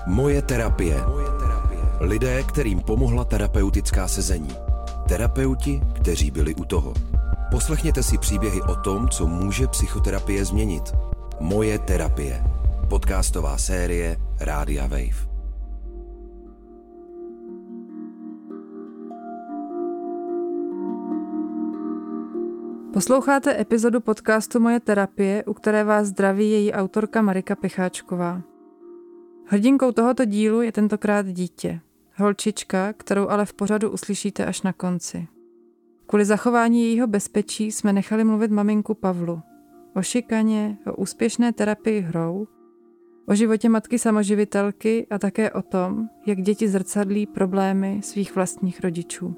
Moje terapie. Lidé, kterým pomohla terapeutická sezení. Terapeuti, kteří byli u toho. Poslechněte si příběhy o tom, co může psychoterapie změnit. Moje terapie. Podcastová série Rádia Wave. Posloucháte epizodu podcastu Moje terapie, u které vás zdraví její autorka Marika Picháčková. Hrdinkou tohoto dílu je tentokrát dítě. Holčička, kterou ale v pořadu uslyšíte až na konci. Kvůli zachování jejího bezpečí jsme nechali mluvit maminku Pavlu. O šikaně, o úspěšné terapii hrou, o životě matky samoživitelky a také o tom, jak děti zrcadlí problémy svých vlastních rodičů.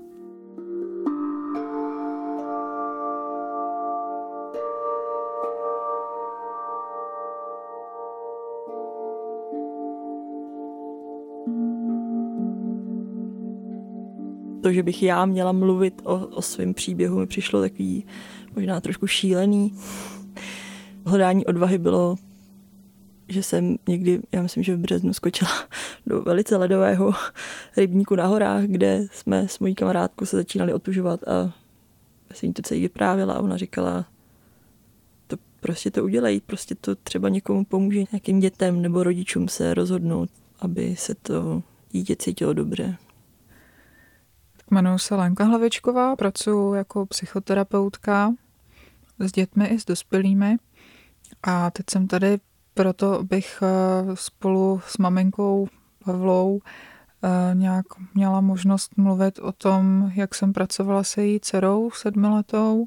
To, že bych já měla mluvit o svém příběhu, mi přišlo takový možná trošku šílený. Hledání odvahy bylo, že jsem někdy, já myslím, že v březnu skočila do velice ledového rybníku na horách, kde jsme s mojí kamarádkou se začínali otužovat a já jsem jí to celý vyprávěla a ona říkala, to prostě to udělej, prostě to třeba někomu pomůže, nějakým dětem nebo rodičům se rozhodnout, aby se to dítě cítilo dobře. Jmenuji se Lenka Hlavičková, pracuji jako psychoterapeutka s dětmi i s dospělými a teď jsem tady proto, abych spolu s maminkou Pavlou nějak měla možnost mluvit o tom, jak jsem pracovala se její dcerou 7letou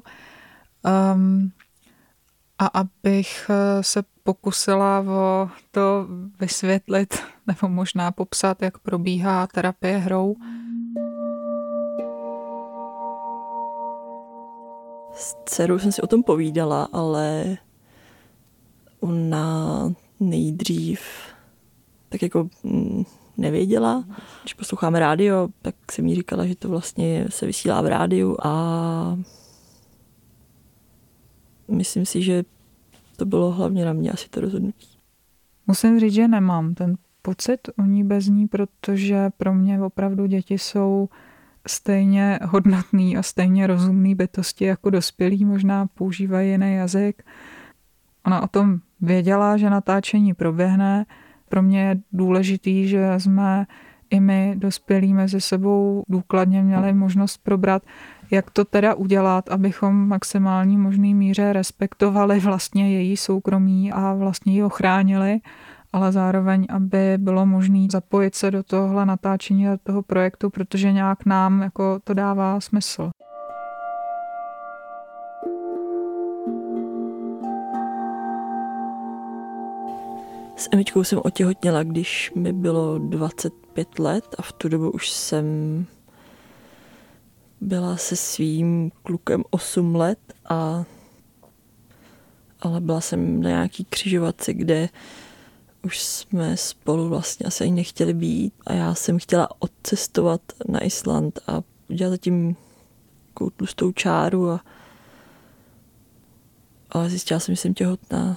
a abych se pokusila o to vysvětlit nebo možná popsat, jak probíhá terapie hrou. S dcerou jsem si o tom povídala, ale ona nejdřív tak jako nevěděla. Když posloucháme rádio, tak jsem jí říkala, že to vlastně se vysílá v rádiu a myslím si, že to bylo hlavně na mě asi to rozhodnutí. Musím říct, že nemám ten pocit o ní bez ní, protože pro mě opravdu děti jsou stejně hodnotný a stejně rozumný bytosti jako dospělí, možná používají jiný jazyk. Ona o tom věděla, že natáčení proběhne. Pro mě je důležitý, že jsme i my dospělí mezi sebou důkladně měli možnost probrat, jak to teda udělat, abychom v maximální možný míře respektovali vlastně její soukromí a vlastně ji ochránili, ale zároveň, aby bylo možné zapojit se do tohohle natáčení, do toho projektu, protože nějak nám jako to dává smysl. S Emičkou jsem otěhotněla, když mi bylo 25 let a v tu dobu už jsem byla se svým klukem 8 let, ale byla jsem na nějaký křižovatce, kde už jsme spolu vlastně asi ani nechtěli být a já jsem chtěla odcestovat na Island a udělat zatím takovou tlustou čáru ale zjistila jsem, že jsem těhotná.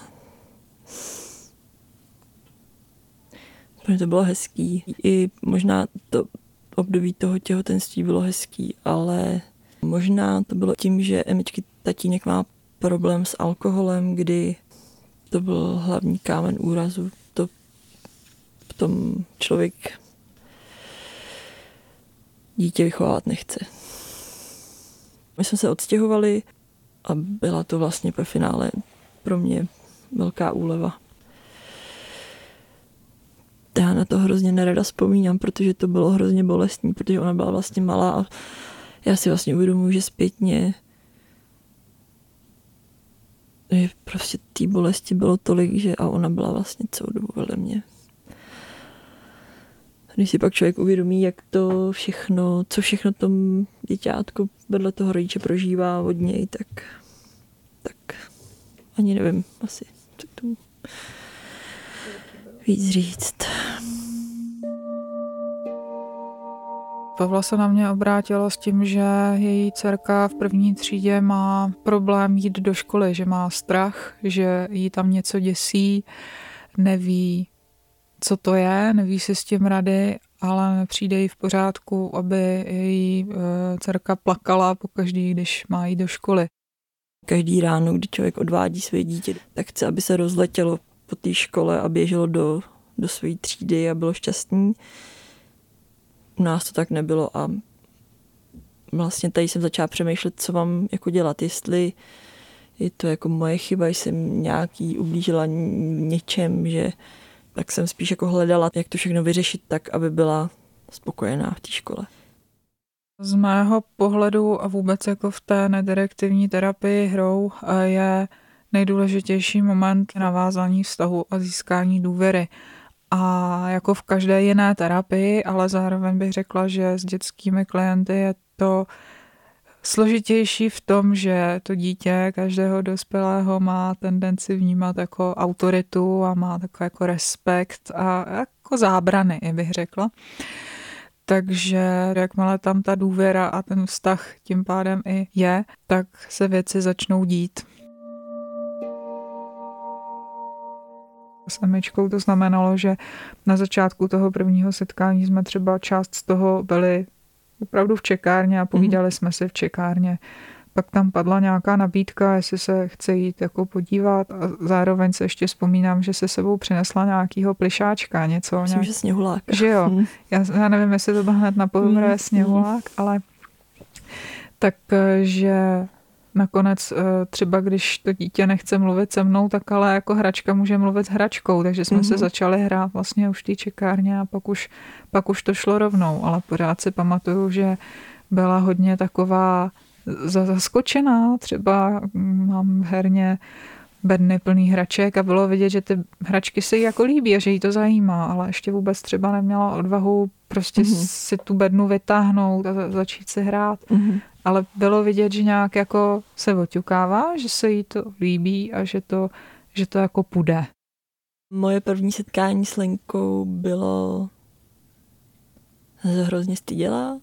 Protože to bylo hezký. I možná to období toho těhotenství bylo hezký, ale možná to bylo tím, že Emičky tatínek má problém s alkoholem, kdy to byl hlavní kámen úrazu. To potom člověk dítě vychovávat nechce. My jsme se odstěhovali a byla to vlastně po finále pro mě velká úleva. Já na to hrozně nerada vzpomínám, protože to bylo hrozně bolestný, protože ona byla vlastně malá a já si vlastně uvědomuji, že zpětně že prostě té bolesti bylo tolik, že a ona byla vlastně celou dobu vedle mě. Když si pak člověk uvědomí, jak to všechno, co všechno tom děťátko vedle toho rodiče prožívá od něj, tak ani nevím asi, co k tomu víc říct. Pavla se na mě obrátila s tím, že její dcerka v první třídě má problém jít do školy, že má strach, že jí tam něco děsí, neví, co to je, neví si s tím rady, ale nepřijde jí v pořádku, aby její dcerka plakala pokaždý, když má jít do školy. Každý ráno, kdy člověk odvádí své dítě, tak chce, aby se rozletělo po té škole a běželo do své třídy a bylo šťastný. U nás to tak nebylo a vlastně tady jsem začala přemýšlet, co mám jako dělat, jestli je to jako moje chyba, jsem nějaký ublížila něčem, že tak jsem spíš jako hledala, jak to všechno vyřešit tak, aby byla spokojená v té škole. Z mého pohledu a vůbec jako v té nedirektivní terapii hrou je nejdůležitější moment navázání vztahu a získání důvěry. A jako v každé jiné terapii, ale zároveň bych řekla, že s dětskými klienty je to složitější v tom, že to dítě každého dospělého má tendenci vnímat jako autoritu a má takový jako respekt a jako zábrany, bych řekla. Takže jakmile tam ta důvěra a ten vztah tím pádem i je, tak se věci začnou dít. S Emičkou to znamenalo, že na začátku toho prvního setkání jsme třeba část z toho byli opravdu v čekárně a povídali jsme si v čekárně. Pak tam padla nějaká nabídka, jestli se chce jít jako podívat a zároveň se ještě vzpomínám, že se sebou přinesla nějakýho plišáčka, něco. Myslím, že sněhulák. Že jo. Já nevím, jestli to byl hned na povrch sněhulák, ale takže nakonec třeba, když to dítě nechce mluvit se mnou, tak ale jako hračka může mluvit s hračkou, takže jsme se začali hrát vlastně už v té čekárně a pak už to šlo rovnou, ale pořád si pamatuju, že byla hodně taková zaskočená, třeba mám herně bedny plný hraček a bylo vidět, že ty hračky se jí jako líbí a že jí to zajímá, ale ještě vůbec třeba neměla odvahu prostě si tu bednu vytáhnout a začít si hrát. Ale bylo vidět, že nějak jako se oťukává, že se jí to líbí a že to jako půjde. Moje první setkání s Lenkou bylo hrozně styděla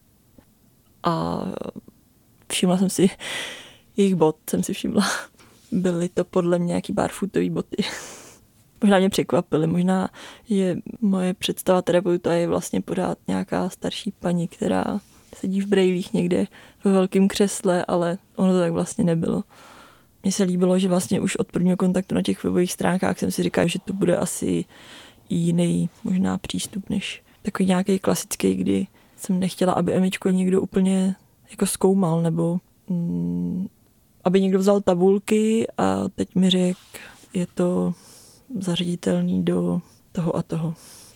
a všimla jsem si jejich bot, Byly to podle mě nějaký barfootový boty. Možná mě překvapily, možná, že moje představa terapeuta je vlastně pořád nějaká starší paní, která sedí v brejlích někde ve velkém křesle, ale ono to tak vlastně nebylo. Mně se líbilo, že vlastně už od prvního kontaktu na těch webových stránkách jsem si říkala, že to bude asi jiný možná přístup, než takový nějaký klasický, kdy jsem nechtěla, aby Emičko někdo úplně jako zkoumal, nebo aby někdo vzal tabulky a teď mi řekl, je to zařaditelný do toho a toho.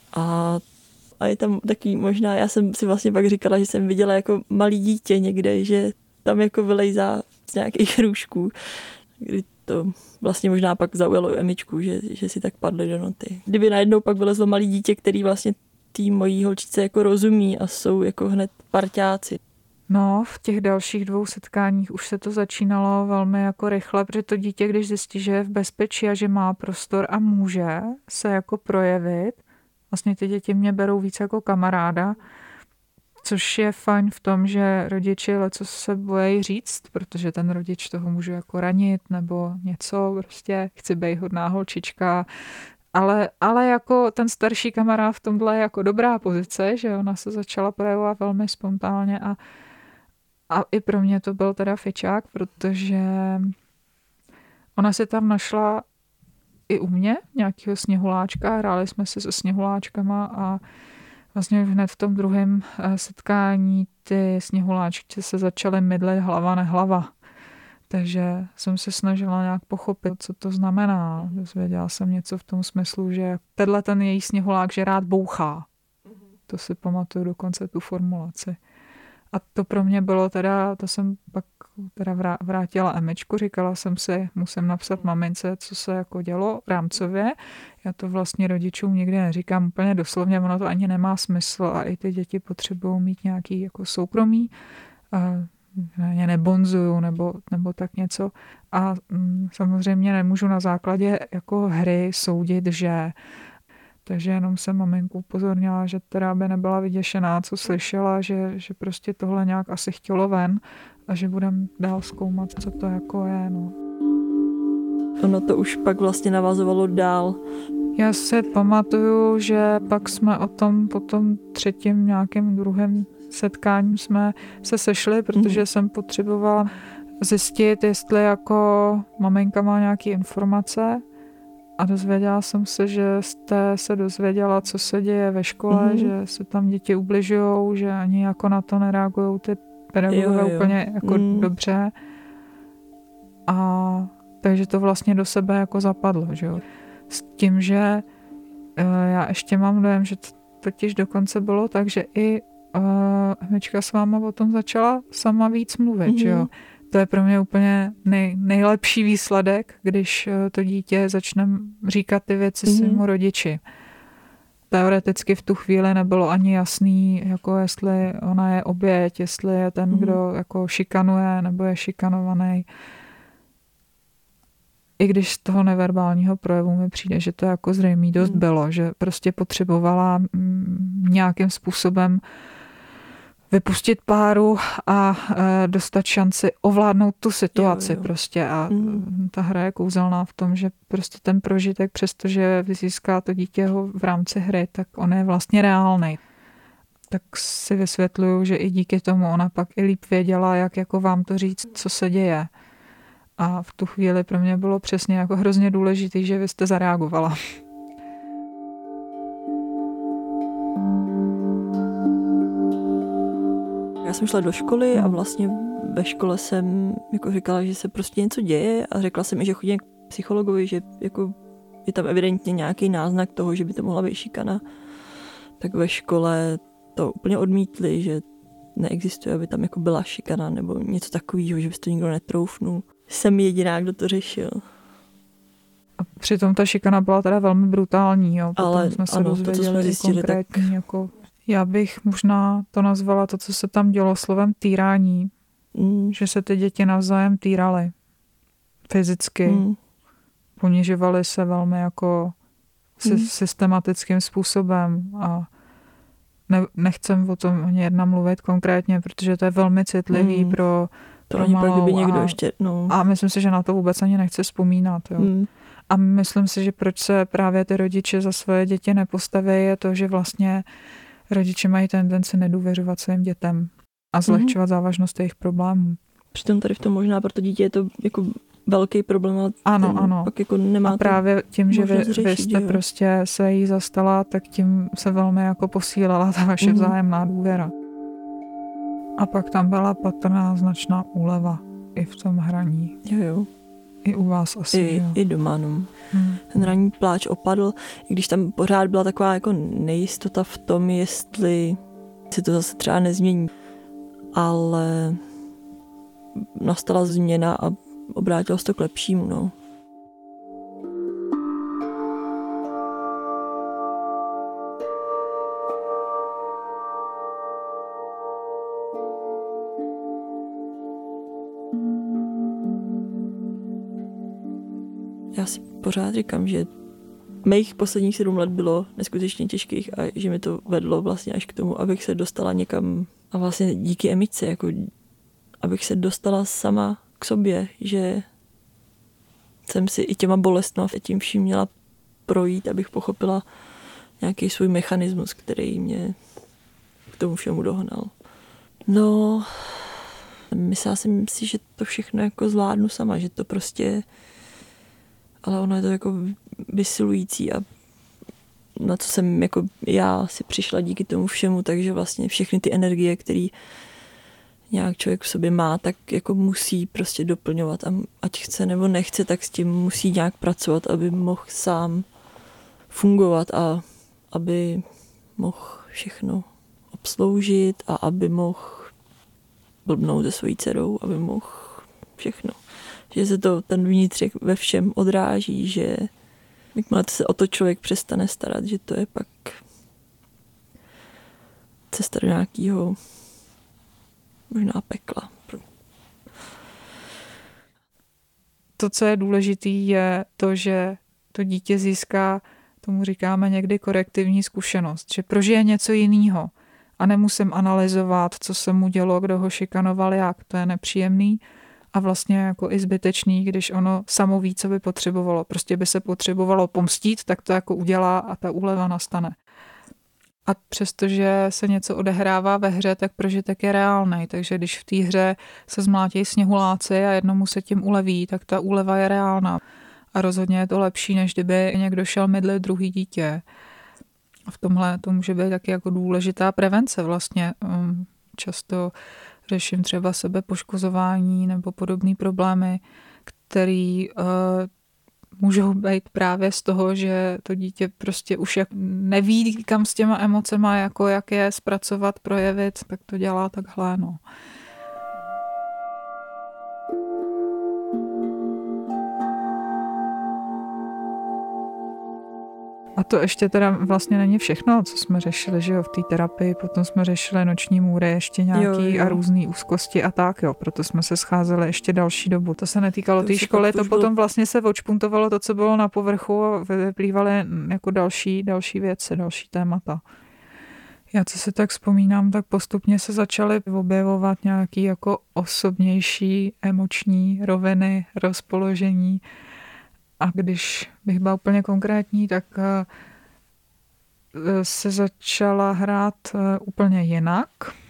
A je tam taky možná, já jsem si vlastně pak říkala, že jsem viděla jako malý dítě někde, že tam jako vylejzá z nějakých růžků, kdy to vlastně možná pak zaujalo Emičku, že si tak padly do noty. Kdyby najednou pak vylezlo malý dítě, který vlastně tý mojí holčice jako rozumí a jsou jako hned parťáci. No, v těch dalších 2 setkáních už se to začínalo velmi jako rychle, protože to dítě, když zjistí, že je v bezpečí a že má prostor a může se jako projevit, vlastně ty děti mě berou víc jako kamaráda, což je fajn v tom, že rodiči leco se bojí říct, protože ten rodič toho může jako ranit nebo něco, prostě chci být hodná holčička, ale jako ten starší kamarád v tomhle je jako dobrá pozice, že ona se začala projevovat velmi spontánně a i pro mě to byl teda fečák, protože ona si tam našla i u mě nějakého sněhuláčka, hráli jsme se se sněhuláčkama a vlastně hned v tom druhém setkání ty sněhuláčky se začaly mydlet hlava nehlava. Takže jsem se snažila nějak pochopit, co to znamená. Dozvěděla jsem něco v tom smyslu, že tenhle ten její sněhulák, že rád bouchá. To si pamatuju dokonce tu formulaci. A to pro mě bylo teda, to jsem pak teda vrátila Emičku, říkala jsem si, musím napsat mamince, co se jako dělo rámcově. Já to vlastně rodičům nikdy neříkám úplně doslovně, ono to ani nemá smysl a i ty děti potřebují mít nějaký jako soukromí, nebonzuju nebo tak něco. A samozřejmě nemůžu na základě jako hry soudit, že. Takže jenom jsem maminku upozornila, že teda by nebyla vyděšená, co slyšela, že prostě tohle nějak asi chtělo ven a že budem dál zkoumat, co to jako je. No. Ono to už pak vlastně navazovalo dál, Já se pamatuju, že pak jsme o tom po tom třetím nějakém druhém setkání jsme se sešli, protože jsem potřebovala zjistit, jestli jako maminka má nějaké informace, a dozvěděla jsem se, že jste se dozvěděla, co se děje ve škole, že se tam děti ubližujou, že ani jako na to nereagují ty pedagogové úplně jako dobře. A takže to vlastně do sebe jako zapadlo, že jo. S tím, že já ještě mám dojem, že to totiž dokonce bylo tak, že i Emička s váma o tom začala sama víc mluvit, že jo. To je pro mě úplně nejlepší výsledek, když to dítě začne říkat ty věci svému rodiči. Teoreticky v tu chvíli nebylo ani jasný, jako jestli ona je oběť, jestli je ten, kdo jako šikanuje nebo je šikanovaný. I když z toho neverbálního projevu mi přijde, že to jako zřejmě dost bylo, že prostě potřebovala nějakým způsobem vypustit páru a dostat šanci ovládnout tu situaci prostě. A ta hra je kouzelná v tom, že prostě ten prožitek, přestože získá to dítě ho v rámci hry, tak on je vlastně reálnej. Tak si vysvětluju, že i díky tomu ona pak i líp věděla, jak jako vám to říct, co se děje. A v tu chvíli pro mě bylo přesně jako hrozně důležitý, že vy jste zareagovala. Já jsem šla do školy a vlastně ve škole jsem jako říkala, že se prostě něco děje a řekla jsem i, že chodím k psychologovi, že jako je tam evidentně nějaký náznak toho, že by to mohla být šikana. Tak ve škole to úplně odmítli, že neexistuje, aby tam jako byla šikana nebo něco takového, že by to nikdo netroufnul. Jsem jediná, kdo to řešil. A přitom ta šikana byla teda velmi brutální, jo. Potom ale jsme se ano, dozvěděli to, co jsme zjistili, konkrétní, tak... jako... Já bych možná to nazvala to, co se tam dělo slovem týrání. Že se ty děti navzájem týraly. Fyzicky. Ponižovaly se velmi jako systematickým způsobem a nechcem o tom ani jedna mluvit konkrétně, protože to je velmi citlivý pro malou. Kdyby někdo ještě, a myslím si, že na to vůbec ani nechci vzpomínat. Jo. A myslím si, že proč se právě ty rodiče za svoje děti nepostaví, je to, že vlastně rodiče mají tendenci nedůvěřovat svým dětem a zlehčovat závažnost jejich problémů. Přitom tady v tom možná pro to dítě je to jako velký problém, ale ano. pak jako nemá. A právě tím, že vy jste jo. prostě se jí zastala, tak tím se velmi jako posílala ta vaše vzájemná důvěra. A pak tam byla patrná značná úleva i v tom hraní. Jo. I u vás asi. I doma, no. Ten ranní pláč opadl, i když tam pořád byla taková jako nejistota v tom, jestli se to zase třeba nezmění. Ale nastala změna a obrátilo se to k lepšímu, no. Já si pořád říkám, že mých posledních 7 let bylo neskutečně těžkých a že mi to vedlo vlastně až k tomu, abych se dostala někam a vlastně díky Emičce, jako abych se dostala sama k sobě, že jsem si i těma bolestma a tím vším měla projít, abych pochopila nějaký svůj mechanismus, který mě k tomu všemu dohnal. No, myslela jsem si, že to všechno jako zvládnu sama, že to prostě, ale ono je to jako vysilující a na co jsem jako já si přišla díky tomu všemu, takže vlastně všechny ty energie, které nějak člověk v sobě má, tak jako musí prostě doplňovat a ať chce nebo nechce, tak s tím musí nějak pracovat, aby mohl sám fungovat a aby mohl všechno obsloužit a aby mohl blbnout se svojí dcerou, aby mohl všechno. Že se to ten vnitřek ve všem odráží, že jakmile se o to člověk přestane starat, že to je pak cesta do nějakého možná pekla. To, co je důležité, je to, že to dítě získá, tomu říkáme někdy korektivní zkušenost, že prožije něco jiného a nemusím analyzovat, co se mu dělo, kdo ho šikanoval, jak, to je nepříjemný, a vlastně jako i zbytečný, když ono samo ví, co by potřebovalo. Prostě by se potřebovalo pomstít, tak to jako udělá a ta úleva nastane. A přestože se něco odehrává ve hře, tak prožitek je reálný. Takže když v té hře se zmlátí sněhuláci a jednomu se tím uleví, tak ta úleva je reálná. A rozhodně je to lepší, než kdyby někdo šel mydlit druhý dítě. A v tomhle to může být taky jako důležitá prevence vlastně. Často řeším třeba sebepoškozování nebo podobné problémy, které můžou být právě z toho, že to dítě prostě už neví, kam s těma emocema, jako jak je zpracovat, projevit, tak to dělá takhle, no. A to ještě teda vlastně není všechno, co jsme řešili, že jo, v té terapii, potom jsme řešili noční můry, ještě nějaký a různý úzkosti a tak, jo, proto jsme se scházeli ještě další dobu. To se netýkalo té školy, to potom vlastně se odšpuntovalo to, co bylo na povrchu a vyplývaly jako další věci, další témata. Já co si tak vzpomínám, tak postupně se začaly objevovat nějaký jako osobnější emoční roviny, rozpoložení. A když bych byla úplně konkrétní, tak se začala hrát úplně jinak.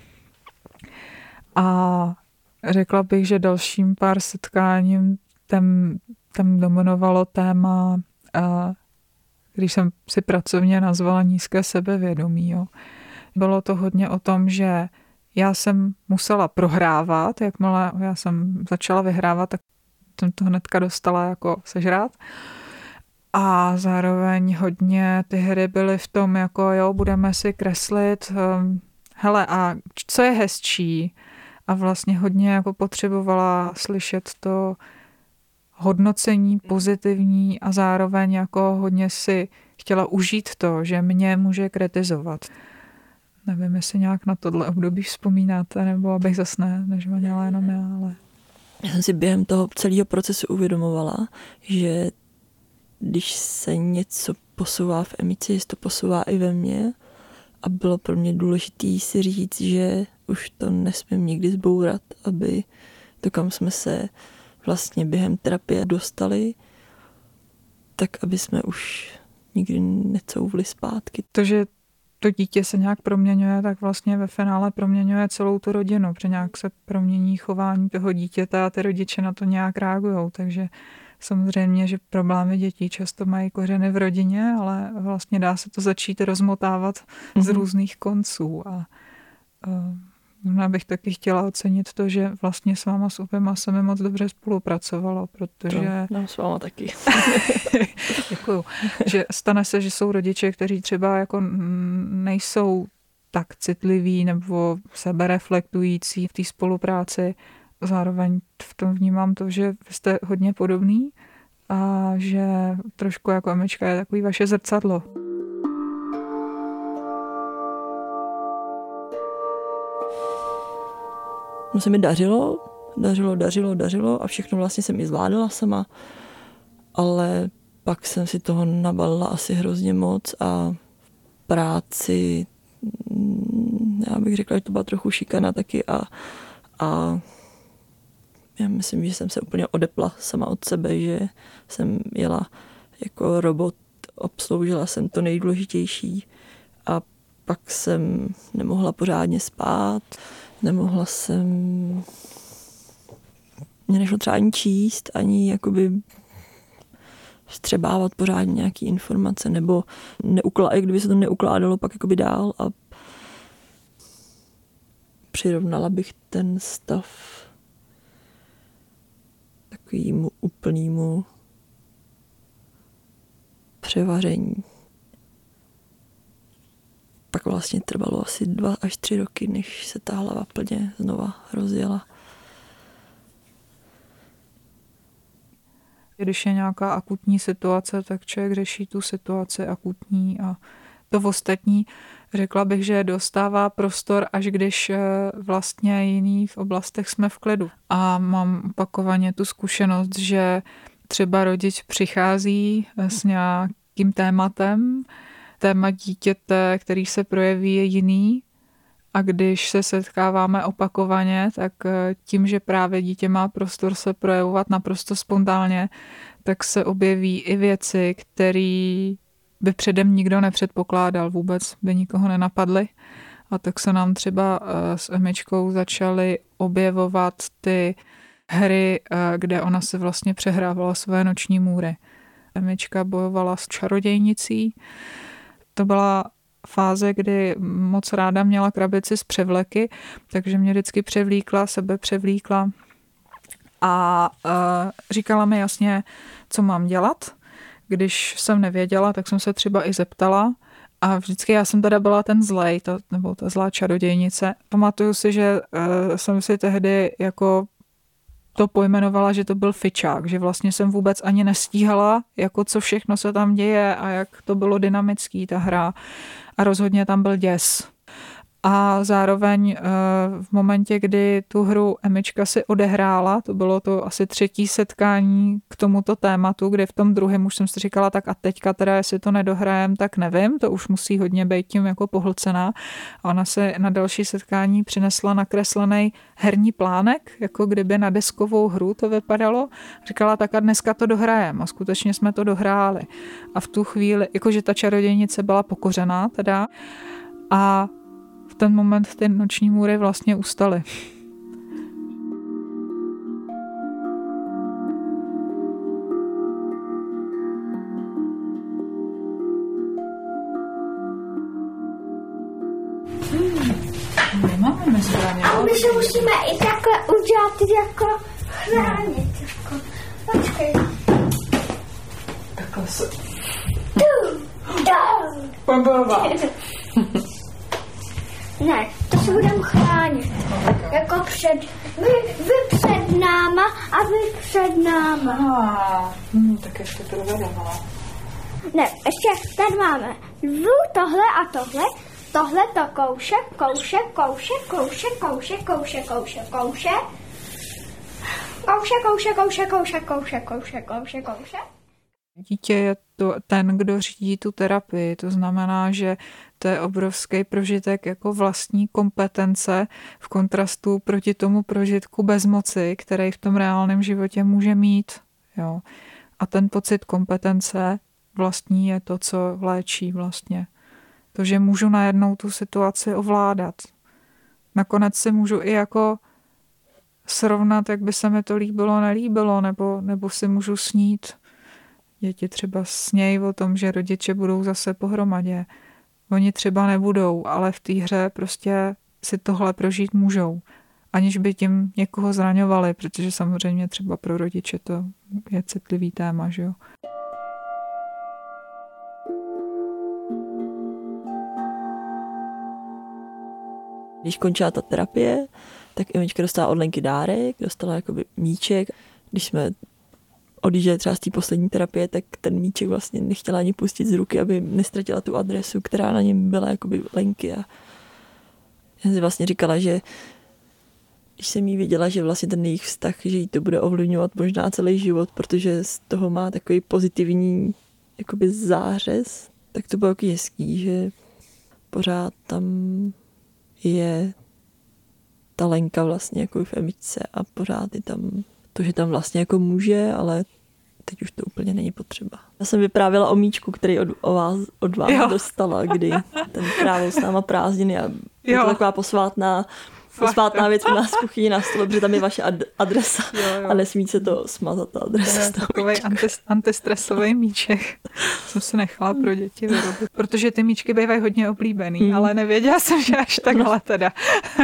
A řekla bych, že dalším pár setkáním tam dominovalo téma, když jsem si pracovně nazvala nízké sebevědomí. Jo. Bylo to hodně o tom, že já jsem musela prohrávat, jakmile já jsem začala vyhrávat, tak jsem to hnedka dostala jako sežrát. A zároveň hodně ty hry byly v tom, jako jo, budeme si kreslit, hele, a co je hezčí? A vlastně hodně jako potřebovala slyšet to hodnocení pozitivní a zároveň jako hodně si chtěla užít to, že mě může kritizovat. Nevím, jestli nějak na tohle období vzpomínáte, nebo abych zase nežvaněla jenom já, ale... Já jsem si během toho celého procesu uvědomovala, že když se něco posouvá v emici, to posouvá i ve mně a bylo pro mě důležité si říct, že už to nesmím nikdy zbourat, aby to, kam jsme se vlastně během terapie dostali, tak aby jsme už nikdy necouvli zpátky. To, že to dítě se nějak proměňuje, tak vlastně ve finále proměňuje celou tu rodinu, protože nějak se promění chování toho dítěte a ty rodiče na to nějak reagujou, takže samozřejmě, že problémy dětí často mají kořeny v rodině, ale vlastně dá se to začít rozmotávat z různých konců a možná bych taky chtěla ocenit to, že vlastně s váma s oběma se mi moc dobře spolupracovalo, protože... No, s váma taky. Děkuju. Že stane se, že jsou rodiče, kteří třeba jako nejsou tak citliví nebo sebereflektující v té spolupráci. Zároveň v tom vnímám to, že vy jste hodně podobný a že trošku jako Emička je takový vaše zrcadlo. No se mi dařilo a všechno vlastně jsem i zvládala sama, ale pak jsem si toho nabalila asi hrozně moc a v práci, já bych řekla, že to byla trochu šikana taky a já myslím, že jsem se úplně odepla sama od sebe, že jsem jela jako robot, obsloužila jsem to nejdůležitější a pak jsem nemohla pořádně spát, nemohla jsem, mě nešlo třeba ani číst, ani jakoby vstřebávat pořádně nějaký informace, nebo kdyby se to neukládalo pak jakoby dál a přirovnala bych ten stav takovému úplnému převaření. Pak vlastně trvalo asi 2 až 3 roky, než se ta hlava plně znova rozjela. Když je nějaká akutní situace, tak člověk řeší tu situaci akutní a to ostatní, řekla bych, že dostává prostor, až když vlastně jiný v oblastech jsme v klidu. A mám opakovaně tu zkušenost, že třeba rodič přichází s nějakým tématem, téma dítěte, který se projeví, je jiný A když se setkáváme opakovaně, tak tím, že právě dítě má prostor se projevovat naprosto spontánně, tak se objeví i věci, které by předem nikdo nepředpokládal, vůbec by nikoho nenapadly. A tak se nám třeba s Emičkou začaly objevovat ty hry, kde ona se vlastně přehrávala své noční můry. Emička bojovala s čarodějnicí. To byla fáze, kdy moc ráda měla krabici z převleky, takže mě vždycky sebe převlíkla a říkala mi jasně, co mám dělat. Když jsem nevěděla, tak jsem se třeba i zeptala a vždycky já jsem teda byla ten zlej, nebo ta zlá čarodějnice. Pamatuju si, že jsem si tehdy jako to pojmenovala, že to byl fičák, že vlastně jsem vůbec ani nestíhala, jako co všechno se tam děje a jak to bylo dynamický ta hra. A rozhodně tam byl děs. A zároveň v momentě, kdy tu hru Emička si odehrála, to bylo to asi 3. setkání k tomuto tématu, kde v tom druhém už jsem si říkala, tak a teďka teda, jestli to nedohrajem, tak nevím, to už musí hodně být tím jako pohlcená. A ona se na další setkání přinesla nakreslený herní plánek, jako kdyby na deskovou hru to vypadalo. Říkala, tak a dneska to dohrajem. A skutečně jsme to dohráli. A v tu chvíli, jakože ta čarodějnice byla pokořená teda, a v ten moment ty noční můry vlastně ustaly. Nemáme zbraně. A my se musíme i takhle udělat, jako chránit. Jako. Počkej. Takhle se... Pambava. Ne, to se budeme chránit. Jako vy před náma a vy před náma. Tak ještě to dovedeme. Ne, ještě tady máme tohle a tohle. Tohle to koušek. Dítě je to ten, kdo řídí tu terapii. To znamená, že to je obrovský prožitek jako vlastní kompetence v kontrastu proti tomu prožitku bezmoci, který v tom reálném životě může mít. Jo. A ten pocit kompetence vlastní je to, co léčí vlastně. To, že můžu najednou tu situaci ovládat. Nakonec si můžu i jako srovnat, jak by se mi to líbilo, nelíbilo, nebo si můžu snít. Děti třeba snějí o tom, že rodiče budou zase pohromadě. Oni třeba nebudou, ale v té hře prostě si tohle prožít můžou. Aniž by tím někoho zraňovali, protože samozřejmě třeba pro rodiče to je citlivý téma, že jo. Když končila ta terapie, tak Emička dostala od Lenky dárek, dostala jakoby míček. Když jsme odjížděli třeba z té poslední terapie, tak ten míček vlastně nechtěla ani pustit z ruky, aby nestratila tu adresu, která na něm byla jakoby Lenky. A já si vlastně říkala, že když jsem jí věděla, že vlastně ten jejich vztah, že jí to bude ovlivňovat možná celý život, protože z toho má takový pozitivní jakoby zářez, tak to bylo takový hezký, že pořád tam je ta Lenka vlastně jako v Emičce a pořád je tam to, že tam vlastně jako může, ale teď už to úplně není potřeba. Já jsem vyprávěla o míčku, který od vás dostala, kdy ten trávil s náma prázdniny a je to taková posvátná věc u nás v kuchyni na stole, protože tam je vaše adresa a nesmí se to smazat, ta adresa. To je takovej antistresový míček. Jsem si nechala pro děti vyrobit, protože ty míčky bývají hodně oblíbený, ale nevěděla jsem, že až takhle teda.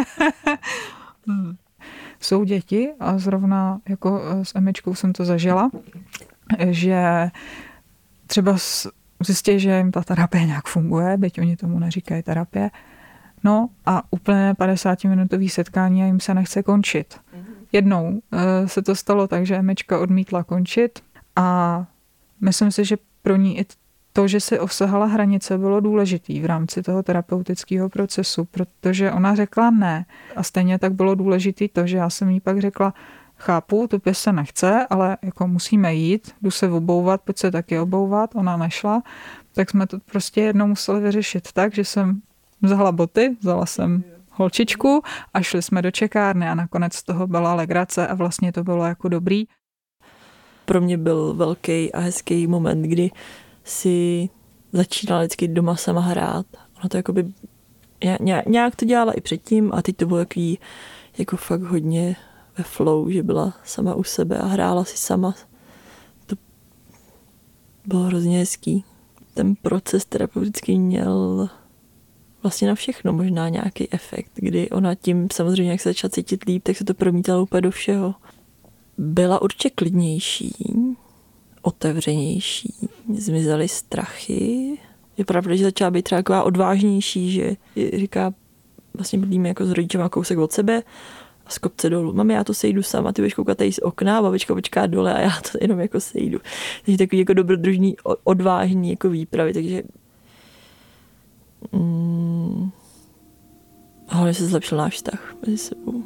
Jsou děti a zrovna jako s Emičkou jsem to zažila, že třeba zjistí, že jim ta terapie nějak funguje, byť oni tomu neříkají terapie, no a úplně 50-minutový setkání a jim se nechce končit. Jednou se to stalo tak, že Emička odmítla končit a myslím si, že pro ní i to, že si osahala hranice, bylo důležitý v rámci toho terapeutického procesu, protože ona řekla ne. A stejně tak bylo důležitý to, že já jsem jí pak řekla, chápu, tobě se nechce, ale jako musíme jít, jdu se obouvat, pojď se taky obouvat, ona nešla. Tak jsme to prostě jednou museli vyřešit tak, že jsem vzala boty, vzala jsem holčičku a šli jsme do čekárny a nakonec z toho byla legrace a vlastně to bylo jako dobrý. Pro mě byl velký a hezký moment, kdy si začínala vždycky doma sama hrát. Ona to jakoby nějak to dělala i předtím a teď to bylo takový jako fakt hodně ve flow, že byla sama u sebe a hrála si sama. To bylo hrozně hezký. Ten proces terapeutický měl vlastně na všechno možná nějaký efekt, kdy ona tím samozřejmě, jak se začala cítit líp, tak se to promítalo úplně do všeho. Byla určitě klidnější, otevřenější, zmizely strachy. Je pravda, že začala být třeba taková odvážnější, že říká, vlastně bydlíme jako s rodičema kousek od sebe a z kopce dolů. Mami, já to sejdu sama, ty budeš koukat tady z okna, babička počká dole a já to jenom jako sejdu. Takže takový jako dobrodružný, odvážný jako výpravy, takže hlavně se zlepšil náš vztah mezi sebou.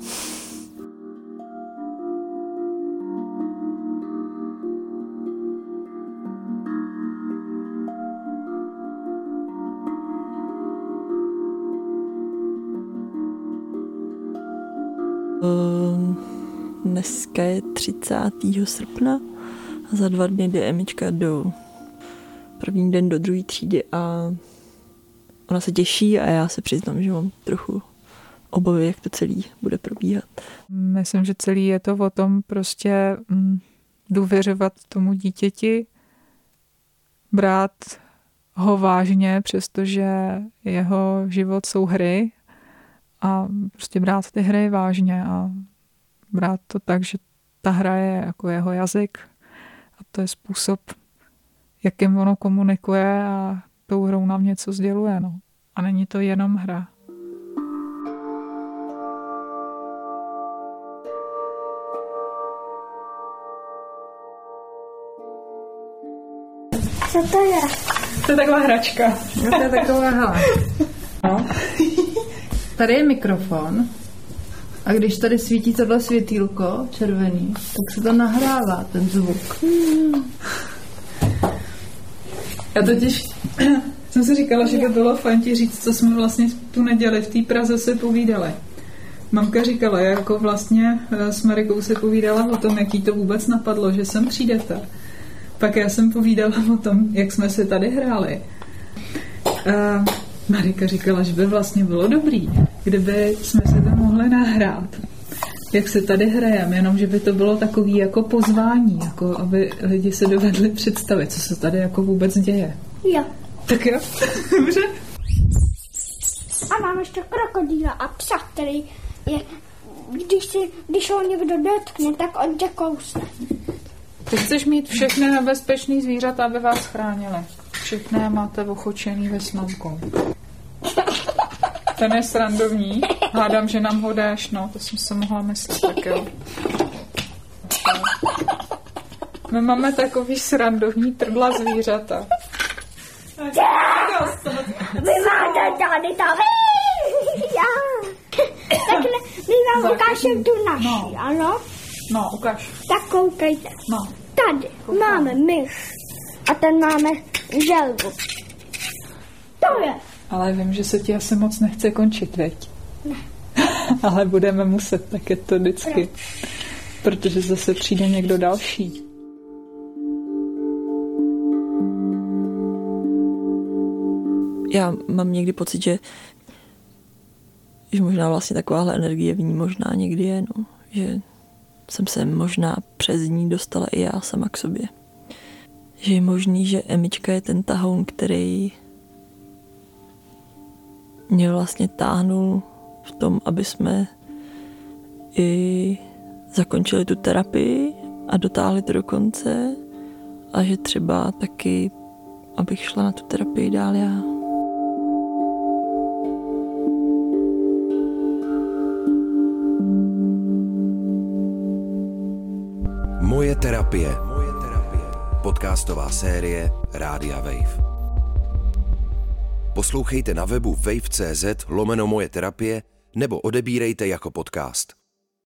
Dneska je 30. srpna a za 2 dny jde Emička do první den do 2. třídy a ona se těší a já se přiznám, že mám trochu obavy, jak to celý bude probíhat. Myslím, že celý je to o tom prostě důvěřovat tomu dítěti, brát ho vážně, přestože jeho život jsou hry a prostě brát ty hry vážně a brát to tak, že ta hra je jako jeho jazyk a to je způsob, jakým ono komunikuje a tou hrou nám něco sděluje. No. A není to jenom hra. Co to je? To je taková hračka. No, to je taková hra. No. Tady je mikrofon a když tady svítí tohle světýlko červený, tak se to nahrává, ten zvuk. Já totiž jsem si říkala, že by bylo fajn ti říct, co jsme vlastně tu neděli v té Praze se povídali. Mamka říkala, jako vlastně s Marikou se povídala o tom, jaký to vůbec napadlo, že sem přijdete. Pak já jsem povídala o tom, jak jsme si tady hráli. Marika říkala, že by vlastně bylo dobrý, kdyby jsme se to mohli nahrát. Jak se tady hrajeme, jenom že by to bylo takový jako pozvání, jako aby lidi se dovedli představit, co se tady jako vůbec děje. Jo. Tak jo, dobře. A mám ještě krokodýla a psa, který je, když ho někdo dotkne, tak on tě kousne. Ty chceš mít všechny nebezpečný zvířata, aby vás chránili. Všechny máte ochočený ve snamkou. Ten je srandovní. Hádám, že nám ho dáš, no, to jsem se mohla myslet, tak jo. My máme takový srandovní trdla zvířata. Vy máte tady to. Tak my vám ukážeme tu naši, ano? No, ukáž. Tak koukejte. No. Tady máme myš a ten máme želvu. To je. Ale vím, že se ti asi moc nechce končit, veď? Ne. Ale budeme muset, tak je to vždycky. Protože zase přijde někdo další. Já mám někdy pocit, že možná vlastně takováhle energie v ní možná někdy je, no. Že jsem se možná přes ní dostala i já sama k sobě. Že je možný, že Emička je ten tahoun, který mě vlastně táhnul v tom, aby jsme i zakončili tu terapii a dotáhli to do konce a že třeba taky, abych šla na tu terapii dál já. Moje terapie. Podcastová série Rádia Wave. Poslouchejte na webu wave.cz/moje terapie nebo odebírejte jako podcast.